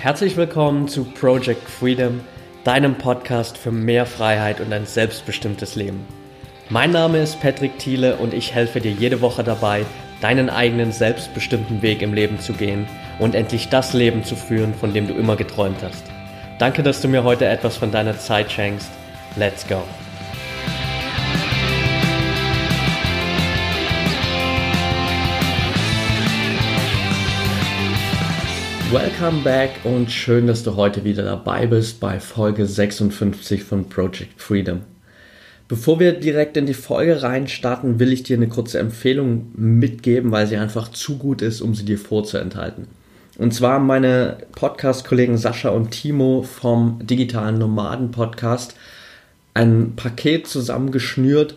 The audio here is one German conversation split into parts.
Herzlich willkommen zu Project Freedom, deinem Podcast für mehr Freiheit und ein selbstbestimmtes Leben. Mein Name ist Patrick Thiele und ich helfe dir jede Woche dabei, deinen eigenen selbstbestimmten Weg im Leben zu gehen und endlich das Leben zu führen, von dem du immer geträumt hast. Danke, dass du mir heute etwas von deiner Zeit schenkst. Let's go! Welcome back und schön, dass du heute wieder dabei bist bei Folge 56 von Project Freedom. Bevor wir direkt in die Folge reinstarten, will ich dir eine kurze Empfehlung mitgeben, weil sie einfach zu gut ist, um sie dir vorzuenthalten. Und zwar haben meine Podcast-Kollegen Sascha und Timo vom Digitalen Nomaden Podcast ein Paket zusammengeschnürt,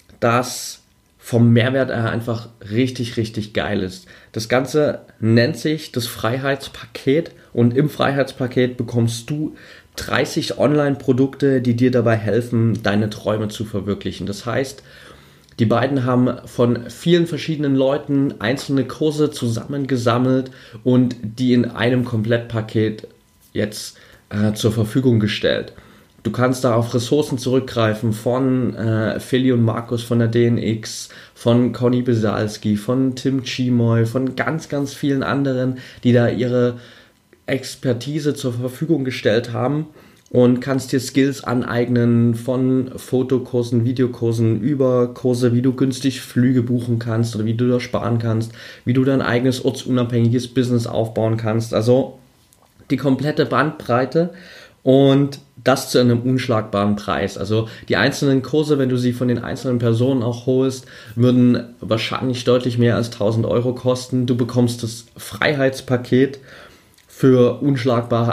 das vom Mehrwert her einfach richtig, richtig geil ist. Das Ganze nennt sich das Freiheitspaket und im Freiheitspaket bekommst du 30 Online-Produkte, die dir dabei helfen, deine Träume zu verwirklichen. Das heißt, die beiden haben von vielen verschiedenen Leuten einzelne Kurse zusammengesammelt und die in einem Komplettpaket jetzt zur Verfügung gestellt. Du kannst da auf Ressourcen zurückgreifen von Philly und Markus von der DNX, von Conny Besalski, von Tim Chimoy, von ganz, ganz vielen anderen, die da ihre Expertise zur Verfügung gestellt haben und kannst dir Skills aneignen von Fotokursen, Videokursen über Kurse, wie du günstig Flüge buchen kannst oder wie du da sparen kannst, wie du dein eigenes ortsunabhängiges Business aufbauen kannst. Also die komplette Bandbreite und das zu einem unschlagbaren Preis. Also die einzelnen Kurse, wenn du sie von den einzelnen Personen auch holst, würden wahrscheinlich deutlich mehr als 1.000 Euro kosten. Du bekommst das Freiheitspaket für unschlagbare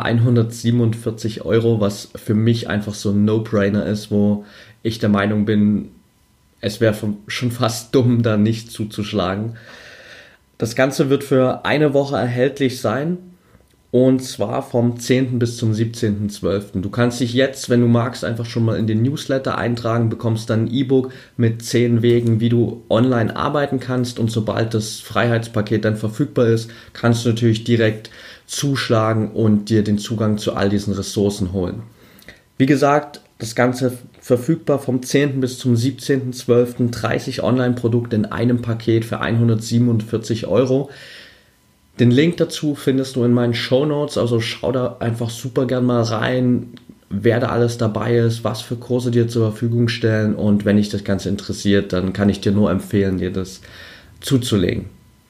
147 Euro, was für mich einfach so ein No-Brainer ist, wo ich der Meinung bin, es wäre schon fast dumm, da nicht zuzuschlagen. Das Ganze wird für eine Woche erhältlich sein. Und zwar vom 10. bis zum 17.12. Du kannst dich jetzt, wenn du magst, einfach schon mal in den Newsletter eintragen, bekommst dann ein E-Book mit 10 Wegen, wie du online arbeiten kannst. Und sobald das Freiheitspaket dann verfügbar ist, kannst du natürlich direkt zuschlagen und dir den Zugang zu all diesen Ressourcen holen. Wie gesagt, das Ganze verfügbar vom 10. bis zum 17.12. 30 Online-Produkte in einem Paket für 147 Euro. Den Link dazu findest du in meinen Shownotes, also schau da einfach super gern mal rein, wer da alles dabei ist, was für Kurse dir zur Verfügung stellen und wenn dich das Ganze interessiert, dann kann ich dir nur empfehlen, dir das zuzulegen.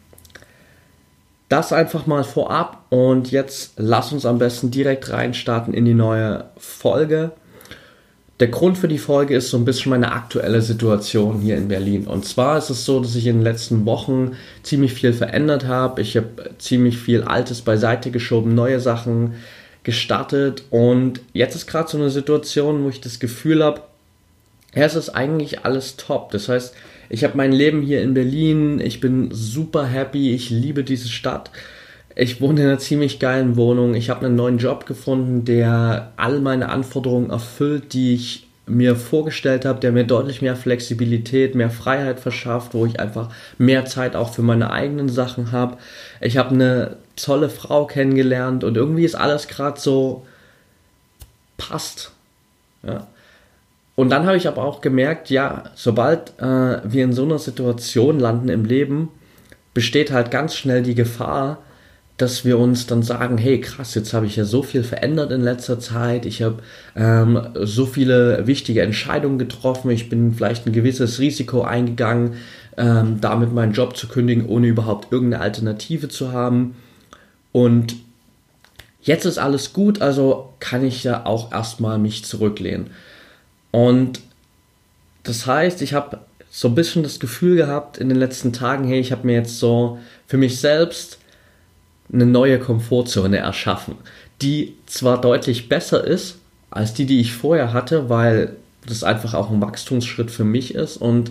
Das einfach mal vorab und jetzt lass uns am besten direkt reinstarten in die neue Folge. Der Grund für die Folge ist so ein bisschen meine aktuelle Situation hier in Berlin. Und zwar ist es so, dass ich in den letzten Wochen ziemlich viel verändert habe. Ich habe ziemlich viel Altes beiseite geschoben, neue Sachen gestartet. Und jetzt ist gerade so eine Situation, wo ich das Gefühl habe, es ist eigentlich alles top. Das heißt, ich habe mein Leben hier in Berlin, ich bin super happy, ich liebe diese Stadt. Ich wohne in einer ziemlich geilen Wohnung. Ich habe einen neuen Job gefunden, der all meine Anforderungen erfüllt, die ich mir vorgestellt habe, der mir deutlich mehr Flexibilität, mehr Freiheit verschafft, wo ich einfach mehr Zeit auch für meine eigenen Sachen habe. Ich habe eine tolle Frau kennengelernt und irgendwie ist alles gerade so passt. Ja. Und dann habe ich aber auch gemerkt, ja, sobald wir in so einer Situation landen im Leben, besteht halt ganz schnell die Gefahr, dass wir uns dann sagen, hey krass, jetzt habe ich ja so viel verändert in letzter Zeit, ich habe so viele wichtige Entscheidungen getroffen, ich bin vielleicht ein gewisses Risiko eingegangen, damit meinen Job zu kündigen, ohne überhaupt irgendeine Alternative zu haben. Und jetzt ist alles gut, also kann ich ja auch erstmal mich zurücklehnen. Und das heißt, ich habe so ein bisschen das Gefühl gehabt in den letzten Tagen, hey, ich habe mir jetzt so für mich selbst eine neue Komfortzone erschaffen, die zwar deutlich besser ist als die ich vorher hatte, weil das einfach auch ein Wachstumsschritt für mich ist und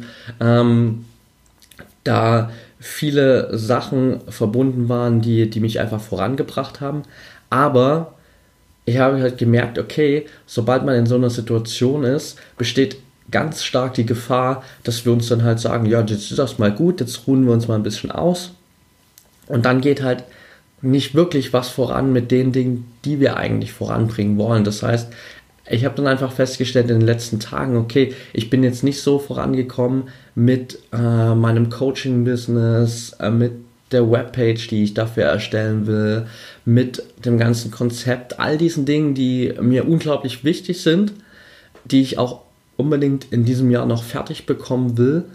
da viele Sachen verbunden waren, die mich einfach vorangebracht haben, aber ich habe halt gemerkt, okay, sobald man in so einer Situation ist, besteht ganz stark die Gefahr, dass wir uns dann halt sagen, ja, jetzt ist das mal gut, jetzt ruhen wir uns mal ein bisschen aus und dann geht halt nicht wirklich was voran mit den Dingen, die wir eigentlich voranbringen wollen. Das heißt, ich habe dann einfach festgestellt in den letzten Tagen, okay, ich bin jetzt nicht so vorangekommen mit meinem Coaching-Business, mit der Webpage, die ich dafür erstellen will, mit dem ganzen Konzept, all diesen Dingen, die mir unglaublich wichtig sind, die ich auch unbedingt in diesem Jahr noch fertig bekommen will,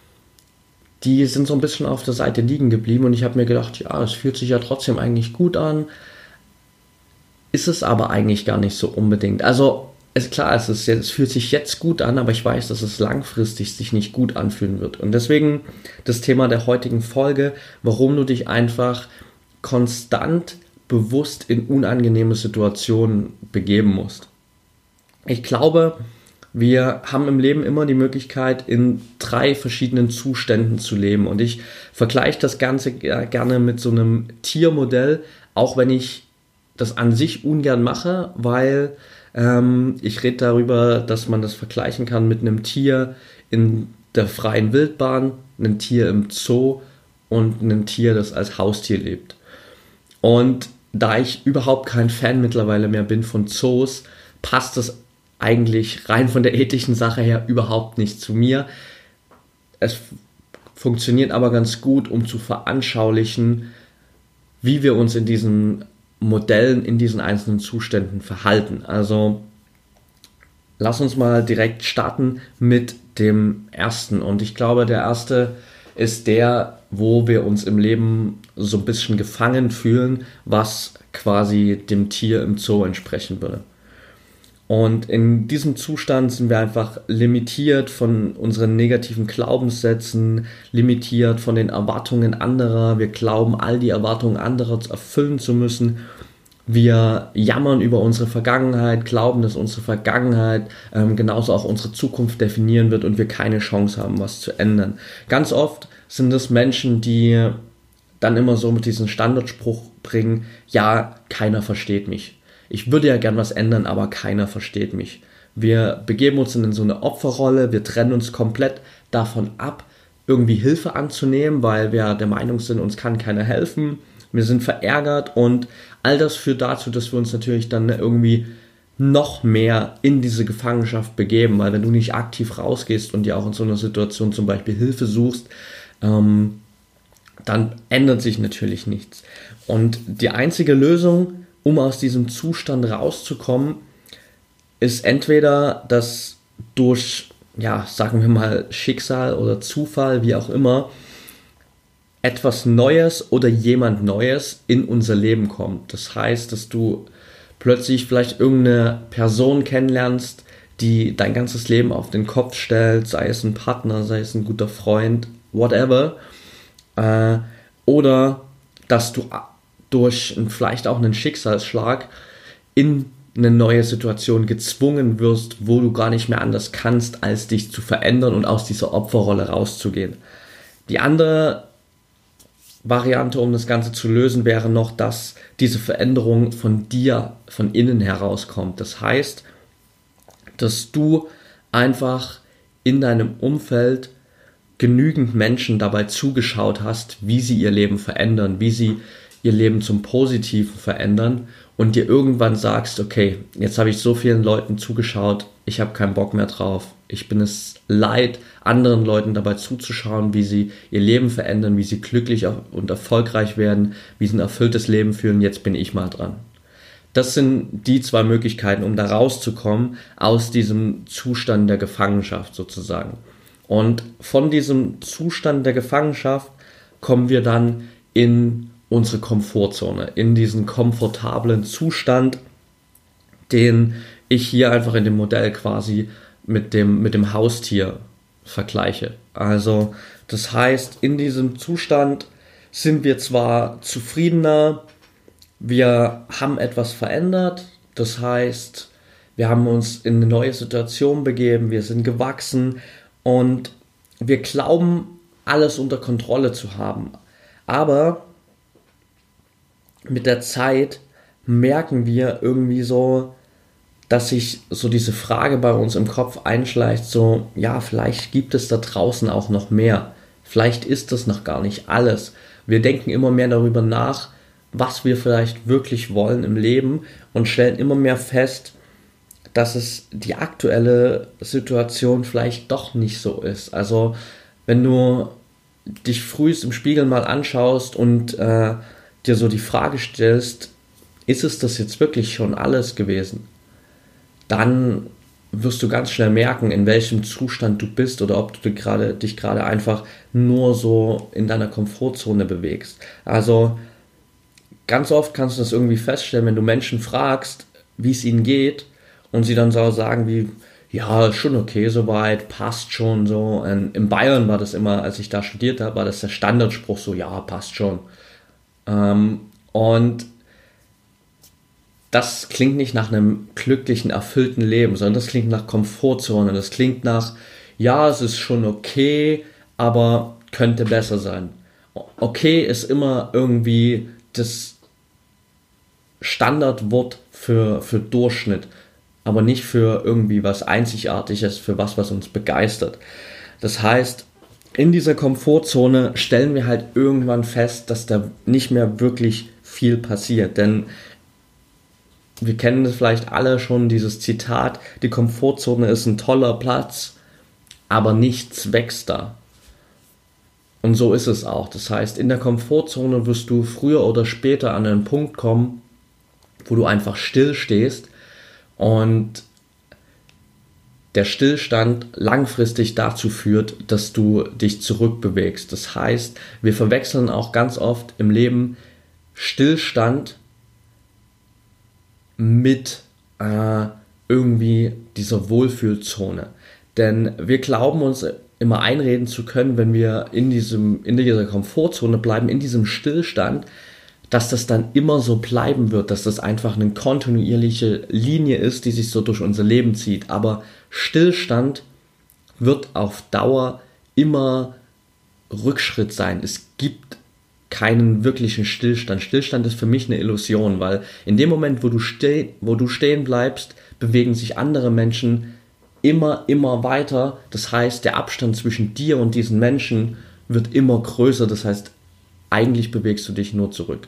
die sind so ein bisschen auf der Seite liegen geblieben und ich habe mir gedacht, ja, es fühlt sich ja trotzdem eigentlich gut an, ist es aber eigentlich gar nicht so unbedingt. Also ist klar, es fühlt sich jetzt gut an, aber ich weiß, dass es langfristig sich nicht gut anfühlen wird. Und deswegen das Thema der heutigen Folge, warum du dich einfach konstant bewusst in unangenehme Situationen begeben musst. Ich glaube, wir haben im Leben immer die Möglichkeit, in 3 verschiedenen Zuständen zu leben. Und ich vergleiche das Ganze gerne mit so einem Tiermodell, auch wenn ich das an sich ungern mache, weil ich rede darüber, dass man das vergleichen kann mit einem Tier in der freien Wildbahn, einem Tier im Zoo und einem Tier, das als Haustier lebt. Und da ich überhaupt kein Fan mittlerweile mehr bin von Zoos, passt das eigentlich rein von der ethischen Sache her überhaupt nicht zu mir. Es funktioniert aber ganz gut, um zu veranschaulichen, wie wir uns in diesen Modellen, in diesen einzelnen Zuständen verhalten. Also lass uns mal direkt starten mit dem ersten. Und ich glaube, der erste ist der, wo wir uns im Leben so ein bisschen gefangen fühlen, was quasi dem Tier im Zoo entsprechen würde. Und in diesem Zustand sind wir einfach limitiert von unseren negativen Glaubenssätzen, limitiert von den Erwartungen anderer. Wir glauben, all die Erwartungen anderer erfüllen zu müssen. Wir jammern über unsere Vergangenheit, glauben, dass unsere Vergangenheit genauso auch unsere Zukunft definieren wird und wir keine Chance haben, was zu ändern. Ganz oft sind es Menschen, die dann immer so mit diesem Standardspruch bringen, ja, keiner versteht mich. Ich würde ja gern was ändern, aber keiner versteht mich. Wir begeben uns in so eine Opferrolle, wir trennen uns komplett davon ab, irgendwie Hilfe anzunehmen, weil wir der Meinung sind, uns kann keiner helfen. Wir sind verärgert und all das führt dazu, dass wir uns natürlich dann irgendwie noch mehr in diese Gefangenschaft begeben, weil wenn du nicht aktiv rausgehst und dir auch in so einer Situation zum Beispiel Hilfe suchst, dann ändert sich natürlich nichts. Und die einzige Lösung, um aus diesem Zustand rauszukommen, ist entweder, dass durch, ja, sagen wir mal, Schicksal oder Zufall, wie auch immer, etwas Neues oder jemand Neues in unser Leben kommt. Das heißt, dass du plötzlich vielleicht irgendeine Person kennenlernst, die dein ganzes Leben auf den Kopf stellt, sei es ein Partner, sei es ein guter Freund, whatever. Oder dass du durch vielleicht auch einen Schicksalsschlag in eine neue Situation gezwungen wirst, wo du gar nicht mehr anders kannst, als dich zu verändern und aus dieser Opferrolle rauszugehen. Die andere Variante, um das Ganze zu lösen, wäre noch, dass diese Veränderung von dir, von innen herauskommt. Das heißt, dass du einfach in deinem Umfeld genügend Menschen dabei zugeschaut hast, wie sie ihr Leben verändern, wie sie ihr Leben zum Positiven verändern und dir irgendwann sagst, okay, jetzt habe ich so vielen Leuten zugeschaut, ich habe keinen Bock mehr drauf. Ich bin es leid, anderen Leuten dabei zuzuschauen, wie sie ihr Leben verändern, wie sie glücklich und erfolgreich werden, wie sie ein erfülltes Leben führen, jetzt bin ich mal dran. Das sind die 2 Möglichkeiten, um da rauszukommen aus diesem Zustand der Gefangenschaft sozusagen. Und von diesem Zustand der Gefangenschaft kommen wir dann in unsere Komfortzone, in diesen komfortablen Zustand, den ich hier einfach in dem Modell quasi mit dem Haustier vergleiche. Also das heißt, in diesem Zustand sind wir zwar zufriedener, wir haben etwas verändert, das heißt, wir haben uns in eine neue Situation begeben, wir sind gewachsen und wir glauben, alles unter Kontrolle zu haben. Aber mit der Zeit merken wir irgendwie so, dass sich so diese Frage bei uns im Kopf einschleicht, so, ja, vielleicht gibt es da draußen auch noch mehr. Vielleicht ist das noch gar nicht alles. Wir denken immer mehr darüber nach, was wir vielleicht wirklich wollen im Leben und stellen immer mehr fest, dass es die aktuelle Situation vielleicht doch nicht so ist. Also wenn du dich frühst im Spiegel mal anschaust und dir so die Frage stellst, ist es das jetzt wirklich schon alles gewesen? Dann wirst du ganz schnell merken, in welchem Zustand du bist oder ob du dich gerade einfach nur so in deiner Komfortzone bewegst. Also ganz oft kannst du das irgendwie feststellen, wenn du Menschen fragst, wie es ihnen geht und sie dann so sagen wie, ja, ist schon okay soweit, passt schon so. Und in Bayern war das immer, als ich da studiert habe, war das der Standardspruch so, ja, passt schon. Und das klingt nicht nach einem glücklichen, erfüllten Leben, sondern das klingt nach Komfortzone. Das klingt nach, ja, es ist schon okay, aber könnte besser sein. Okay ist immer irgendwie das Standardwort für Durchschnitt, aber nicht für irgendwie was Einzigartiges, für was uns begeistert. Das heißt, in dieser Komfortzone stellen wir halt irgendwann fest, dass da nicht mehr wirklich viel passiert, denn wir kennen das vielleicht alle schon, dieses Zitat, die Komfortzone ist ein toller Platz, aber nichts wächst da. Und so ist es auch. Das heißt, in der Komfortzone wirst du früher oder später an einen Punkt kommen, wo du einfach still stehst und der Stillstand langfristig dazu führt, dass du dich zurückbewegst. Das heißt, wir verwechseln auch ganz oft im Leben Stillstand mit irgendwie dieser Wohlfühlzone. Denn wir glauben uns immer einreden zu können, wenn wir in dieser Komfortzone bleiben, in diesem Stillstand, dass das dann immer so bleiben wird, dass das einfach eine kontinuierliche Linie ist, die sich so durch unser Leben zieht. Aber Stillstand wird auf Dauer immer Rückschritt sein. Es gibt keinen wirklichen Stillstand. Stillstand ist für mich eine Illusion, weil in dem Moment, wo du stehen bleibst, bewegen sich andere Menschen immer weiter. Das heißt, der Abstand zwischen dir und diesen Menschen wird immer größer. Das heißt, eigentlich bewegst du dich nur zurück.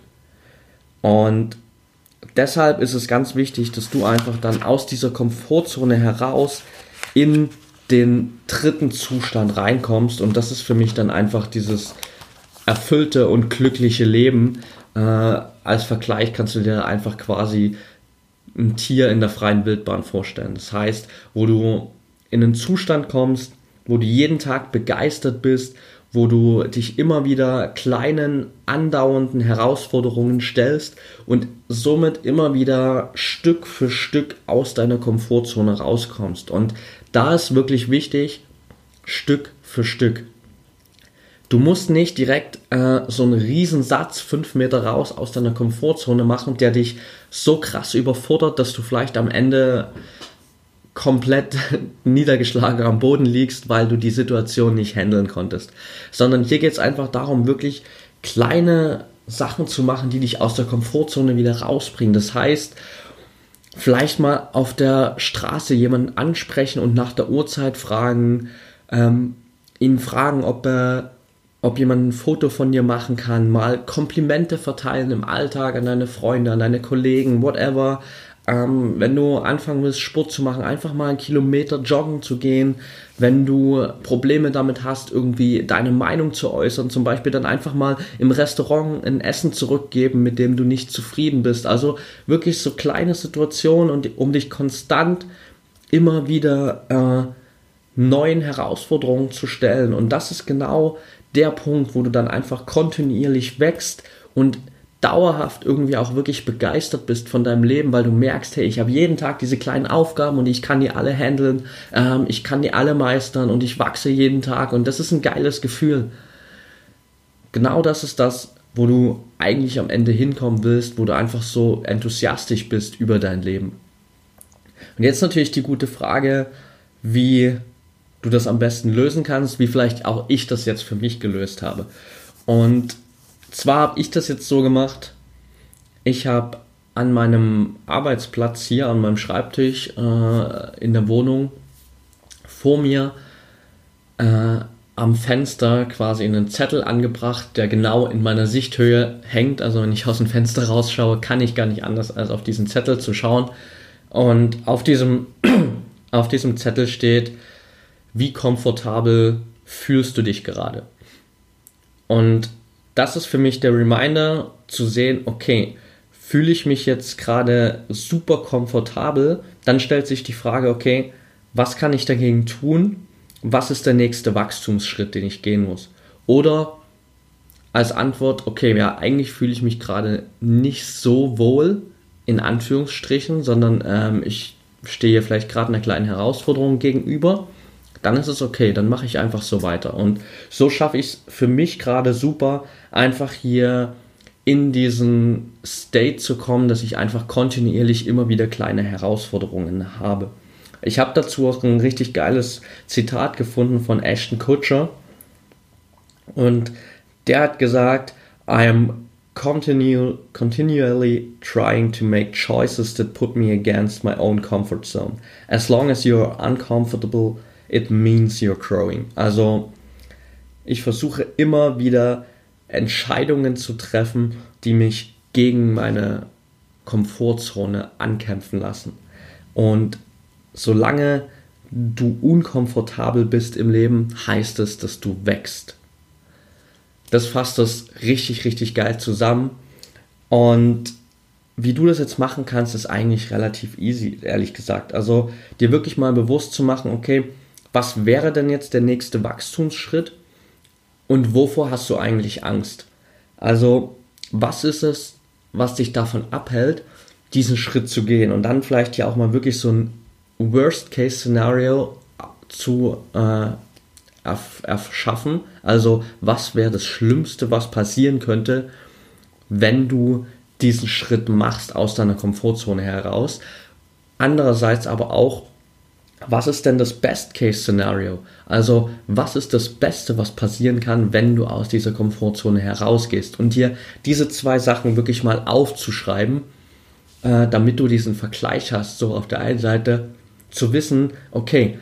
Und deshalb ist es ganz wichtig, dass du einfach dann aus dieser Komfortzone heraus in den dritten Zustand reinkommst. Und das ist für mich dann einfach dieses erfüllte und glückliche Leben. Als Vergleich kannst du dir einfach quasi ein Tier in der freien Wildbahn vorstellen. Das heißt, wo du in einen Zustand kommst, wo du jeden Tag begeistert bist, wo du dich immer wieder kleinen, andauernden Herausforderungen stellst und somit immer wieder Stück für Stück aus deiner Komfortzone rauskommst. Und da ist wirklich wichtig, Stück für Stück. Du musst nicht direkt so einen Riesensatz 5 Meter raus aus deiner Komfortzone machen, der dich so krass überfordert, dass du vielleicht am Ende komplett niedergeschlagen am Boden liegst, weil du die Situation nicht handeln konntest. Sondern hier geht es einfach darum, wirklich kleine Sachen zu machen, die dich aus der Komfortzone wieder rausbringen. Das heißt, vielleicht mal auf der Straße jemanden ansprechen und nach der Uhrzeit fragen, ihn fragen, ob jemand ein Foto von dir machen kann, mal Komplimente verteilen im Alltag an deine Freunde, an deine Kollegen, whatever. Wenn du anfangen willst, Sport zu machen, einfach mal 1 Kilometer joggen zu gehen. Wenn du Probleme damit hast, irgendwie deine Meinung zu äußern, zum Beispiel dann einfach mal im Restaurant ein Essen zurückgeben, mit dem du nicht zufrieden bist. Also wirklich so kleine Situationen, um dich konstant immer wieder neuen Herausforderungen zu stellen. Und das ist genau der Punkt, wo du dann einfach kontinuierlich wächst und dauerhaft irgendwie auch wirklich begeistert bist von deinem Leben, weil du merkst, hey, ich habe jeden Tag diese kleinen Aufgaben und ich kann die alle handeln, ich kann die alle meistern und ich wachse jeden Tag und das ist ein geiles Gefühl. Genau das ist das, wo du eigentlich am Ende hinkommen willst, wo du einfach so enthusiastisch bist über dein Leben. Und jetzt natürlich die gute Frage, wie du das am besten lösen kannst, wie vielleicht auch ich das jetzt für mich gelöst habe. Und zwar habe ich das jetzt so gemacht, ich habe an meinem Arbeitsplatz hier, an meinem Schreibtisch in der Wohnung vor mir am Fenster quasi einen Zettel angebracht, der genau in meiner Sichthöhe hängt. Also wenn ich aus dem Fenster rausschaue, kann ich gar nicht anders, als auf diesen Zettel zu schauen. Und auf diesem Zettel steht, wie komfortabel fühlst du dich gerade? Und das ist für mich der Reminder zu sehen, okay, fühle ich mich jetzt gerade super komfortabel? Dann stellt sich die Frage, okay, was kann ich dagegen tun? Was ist der nächste Wachstumsschritt, den ich gehen muss? Oder als Antwort, okay, ja, eigentlich fühle ich mich gerade nicht so wohl, in Anführungsstrichen, sondern ich stehe vielleicht gerade einer kleinen Herausforderung gegenüber. Dann ist es okay, dann mache ich einfach so weiter. Und so schaffe ich es für mich gerade super, einfach hier in diesen State zu kommen, dass ich einfach kontinuierlich immer wieder kleine Herausforderungen habe. Ich habe dazu auch ein richtig geiles Zitat gefunden von Ashton Kutcher und der hat gesagt, I am continually trying to make choices that put me against my own comfort zone. As long as you're uncomfortable, it means you're growing. Also ich versuche immer wieder Entscheidungen zu treffen, die mich gegen meine Komfortzone ankämpfen lassen. Und solange du unkomfortabel bist im Leben, heißt es, dass du wächst. Das fasst das richtig, richtig geil zusammen. Und wie du das jetzt machen kannst, ist eigentlich relativ easy, ehrlich gesagt. Also dir wirklich mal bewusst zu machen, okay, was wäre denn jetzt der nächste Wachstumsschritt und wovor hast du eigentlich Angst? Also was ist es, was dich davon abhält, diesen Schritt zu gehen und dann vielleicht ja auch mal wirklich so ein Worst-Case-Szenario zu erschaffen. Also was wäre das Schlimmste, was passieren könnte, wenn du diesen Schritt machst aus deiner Komfortzone heraus. Andererseits aber auch, was ist denn das Best-Case-Szenario? Also was ist das Beste, was passieren kann, wenn du aus dieser Komfortzone herausgehst? Und dir diese zwei Sachen wirklich mal aufzuschreiben, damit du diesen Vergleich hast, so auf der einen Seite zu wissen, okay,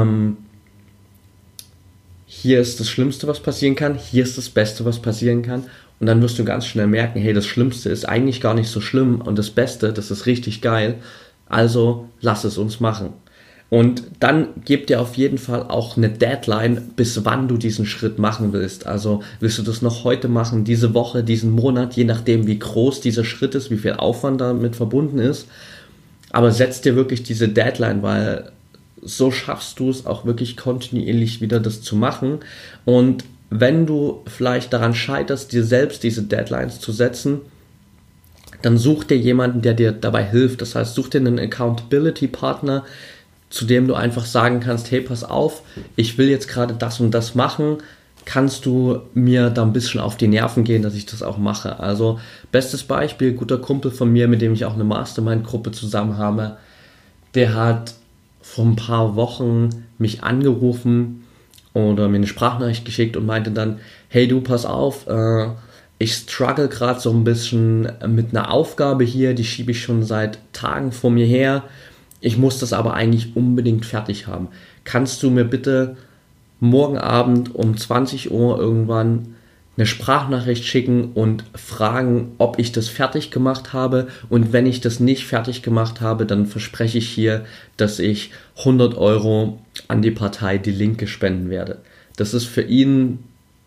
hier ist das Schlimmste, was passieren kann, hier ist das Beste, was passieren kann. Und dann wirst du ganz schnell merken, hey, das Schlimmste ist eigentlich gar nicht so schlimm und das Beste, das ist richtig geil. Also lass es uns machen. Und dann gib dir auf jeden Fall auch eine Deadline, bis wann du diesen Schritt machen willst. Also willst du das noch heute machen, diese Woche, diesen Monat, je nachdem wie groß dieser Schritt ist, wie viel Aufwand damit verbunden ist. Aber setz dir wirklich diese Deadline, weil so schaffst du es auch wirklich kontinuierlich wieder das zu machen. Und wenn du vielleicht daran scheiterst, dir selbst diese Deadlines zu setzen, dann such dir jemanden, der dir dabei hilft. Das heißt, such dir einen Accountability-Partner, zu dem du einfach sagen kannst, hey, pass auf, ich will jetzt gerade das und das machen, kannst du mir da ein bisschen auf die Nerven gehen, dass ich das auch mache. Also bestes Beispiel, guter Kumpel von mir, mit dem ich auch eine Mastermind-Gruppe zusammen habe, der hat vor ein paar Wochen mich angerufen oder mir eine Sprachnachricht geschickt und meinte dann, hey du, pass auf, ich struggle gerade so ein bisschen mit einer Aufgabe hier, die schiebe ich schon seit Tagen vor mir her. Ich muss das aber eigentlich unbedingt fertig haben. Kannst du mir bitte morgen Abend um 20 Uhr irgendwann eine Sprachnachricht schicken und fragen, ob ich das fertig gemacht habe? Und wenn ich das nicht fertig gemacht habe, dann verspreche ich hier, dass ich 100 Euro an die Partei Die Linke spenden werde. Das ist für ihn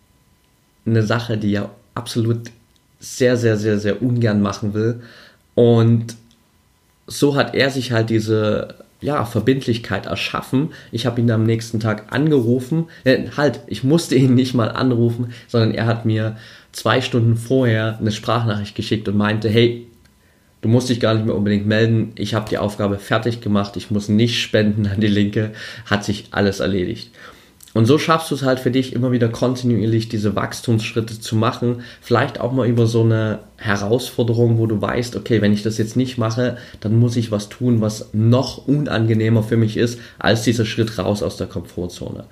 eine Sache, die er absolut sehr, sehr, sehr, sehr ungern machen will. Und so hat er sich halt diese Verbindlichkeit erschaffen. Ich habe ihn am nächsten Tag angerufen. Ich musste ihn nicht mal anrufen, sondern er hat mir 2 Stunden vorher eine Sprachnachricht geschickt und meinte, hey, du musst dich gar nicht mehr unbedingt melden. Ich habe die Aufgabe fertig gemacht. Ich muss nicht spenden an die Linke. Hat sich alles erledigt. Und so schaffst du es halt für dich, immer wieder kontinuierlich diese Wachstumsschritte zu machen. Vielleicht auch mal über so eine Herausforderung, wo du weißt, okay, wenn ich das jetzt nicht mache, dann muss ich was tun, was noch unangenehmer für mich ist, als dieser Schritt raus aus der Komfortzone.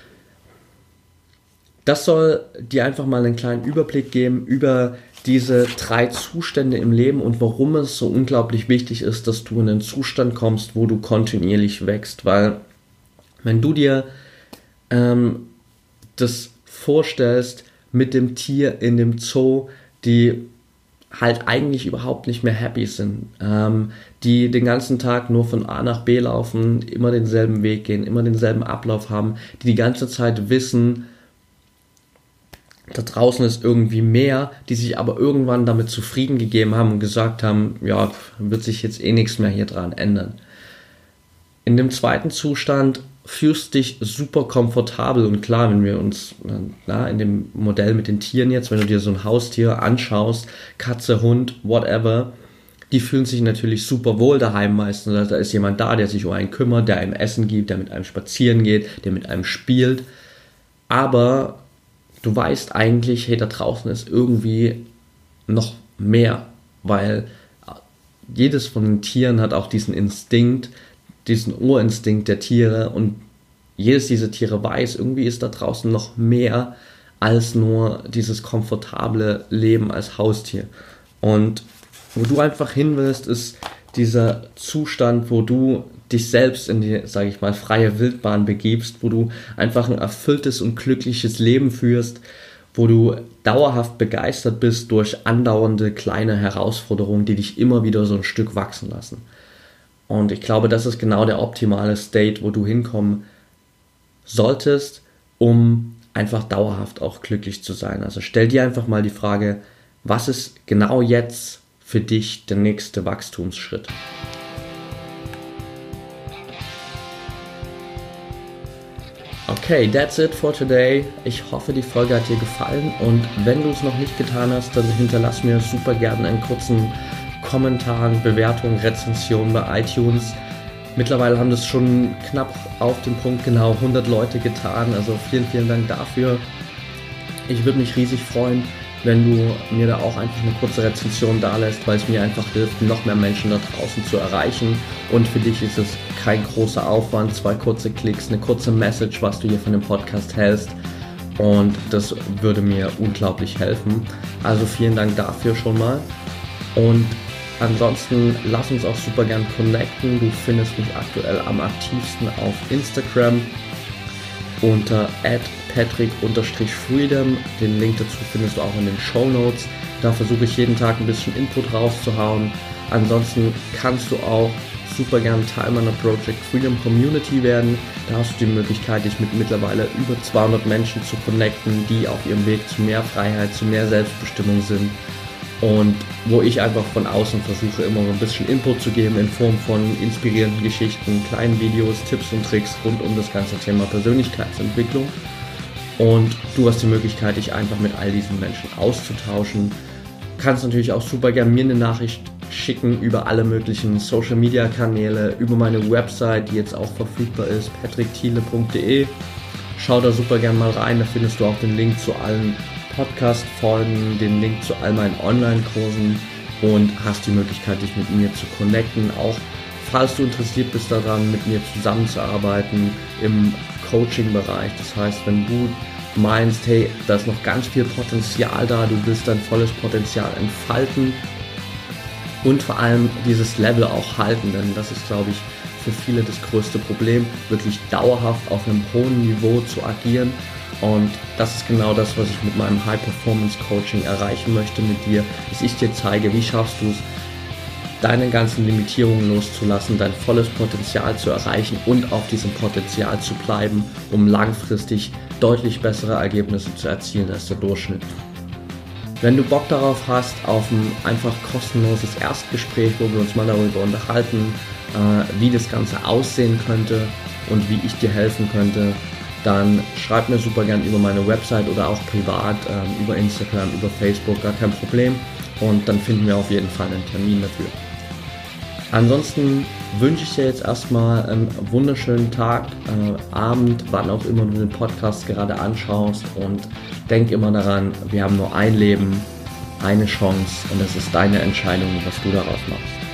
Das soll dir einfach mal einen kleinen Überblick geben über diese 3 Zustände im Leben und warum es so unglaublich wichtig ist, dass du in einen Zustand kommst, wo du kontinuierlich wächst. Weil wenn du dir das vorstellst mit dem Tier in dem Zoo, die halt eigentlich überhaupt nicht mehr happy sind, die den ganzen Tag nur von A nach B laufen, immer denselben Weg gehen, immer denselben Ablauf haben, die ganze Zeit wissen, da draußen ist irgendwie mehr, die sich aber irgendwann damit zufrieden gegeben haben und gesagt haben, ja, wird sich jetzt eh nichts mehr hier dran ändern. In dem zweiten Zustand fühlst dich super komfortabel und klar, wenn wir uns in dem Modell mit den Tieren jetzt, wenn du dir so ein Haustier anschaust, Katze, Hund, whatever, die fühlen sich natürlich super wohl daheim meistens. Also da ist jemand da, der sich um einen kümmert, der einem Essen gibt, der mit einem spazieren geht, der mit einem spielt. Aber du weißt eigentlich, hey, da draußen ist irgendwie noch mehr, weil jedes von den Tieren hat auch diesen Instinkt, diesen Urinstinkt der Tiere, und jedes dieser Tiere weiß, irgendwie ist da draußen noch mehr als nur dieses komfortable Leben als Haustier. Und wo du einfach hin willst, ist dieser Zustand, wo du dich selbst in die, sage ich mal, freie Wildbahn begibst, wo du einfach ein erfülltes und glückliches Leben führst, wo du dauerhaft begeistert bist durch andauernde kleine Herausforderungen, die dich immer wieder so ein Stück wachsen lassen. Und ich glaube, das ist genau der optimale State, wo du hinkommen solltest, um einfach dauerhaft auch glücklich zu sein. Also stell dir einfach mal die Frage, was ist genau jetzt für dich der nächste Wachstumsschritt? Okay, that's it for today. Ich hoffe, die Folge hat dir gefallen, und wenn du es noch nicht getan hast, dann hinterlass mir super gerne einen kurzen Kommentar, Bewertung, Rezension bei iTunes. Mittlerweile haben das schon knapp auf den Punkt genau 100 Leute getan, also vielen, vielen Dank dafür. Ich würde mich riesig freuen, wenn du mir da auch einfach eine kurze Rezension dalässt, weil es mir einfach hilft, noch mehr Menschen da draußen zu erreichen. Und für dich ist es kein großer Aufwand, 2 kurze Klicks, eine kurze Message, was du hier von dem Podcast hältst. Und das würde mir unglaublich helfen. Also vielen Dank dafür schon mal. Und ansonsten lass uns auch super gern connecten. Du findest mich aktuell am aktivsten auf Instagram unter @patrick_freedom. Den Link dazu findest du auch in den Shownotes. Da versuche ich jeden Tag ein bisschen Input rauszuhauen. Ansonsten kannst du auch super gern Teil meiner Project Freedom Community werden. Da hast du die Möglichkeit, dich mit mittlerweile über 200 Menschen zu connecten, die auf ihrem Weg zu mehr Freiheit, zu mehr Selbstbestimmung sind. Und wo ich einfach von außen versuche, immer so ein bisschen Input zu geben in Form von inspirierenden Geschichten, kleinen Videos, Tipps und Tricks rund um das ganze Thema Persönlichkeitsentwicklung. Und du hast die Möglichkeit, dich einfach mit all diesen Menschen auszutauschen. Kannst natürlich auch super gerne mir eine Nachricht schicken über alle möglichen Social Media Kanäle, über meine Website, die jetzt auch verfügbar ist, patrickthiele.de. Schau da super gerne mal rein, da findest du auch den Link zu allen Podcast-Folgen, den Link zu all meinen Online-Kursen und hast die Möglichkeit, dich mit mir zu connecten. Auch falls du interessiert bist daran, mit mir zusammenzuarbeiten im Coaching-Bereich. Das heißt, wenn du meinst, hey, da ist noch ganz viel Potenzial da, du willst dein volles Potenzial entfalten und vor allem dieses Level auch halten, denn das ist, glaube ich, für viele das größte Problem, wirklich dauerhaft auf einem hohen Niveau zu agieren. Und das ist genau das, was ich mit meinem High-Performance-Coaching erreichen möchte mit dir, dass ich dir zeige, wie schaffst du es, deine ganzen Limitierungen loszulassen, dein volles Potenzial zu erreichen und auf diesem Potenzial zu bleiben, um langfristig deutlich bessere Ergebnisse zu erzielen als der Durchschnitt. Wenn du Bock darauf hast, auf ein einfach kostenloses Erstgespräch, wo wir uns mal darüber unterhalten, wie das Ganze aussehen könnte und wie ich dir helfen könnte, dann schreib mir super gern über meine Website oder auch privat, über Instagram, über Facebook, gar kein Problem. Und dann finden wir auf jeden Fall einen Termin dafür. Ansonsten wünsche ich dir jetzt erstmal einen wunderschönen Tag, Abend, wann auch immer du den Podcast gerade anschaust, und denk immer daran, wir haben nur ein Leben, eine Chance, und es ist deine Entscheidung, was du daraus machst.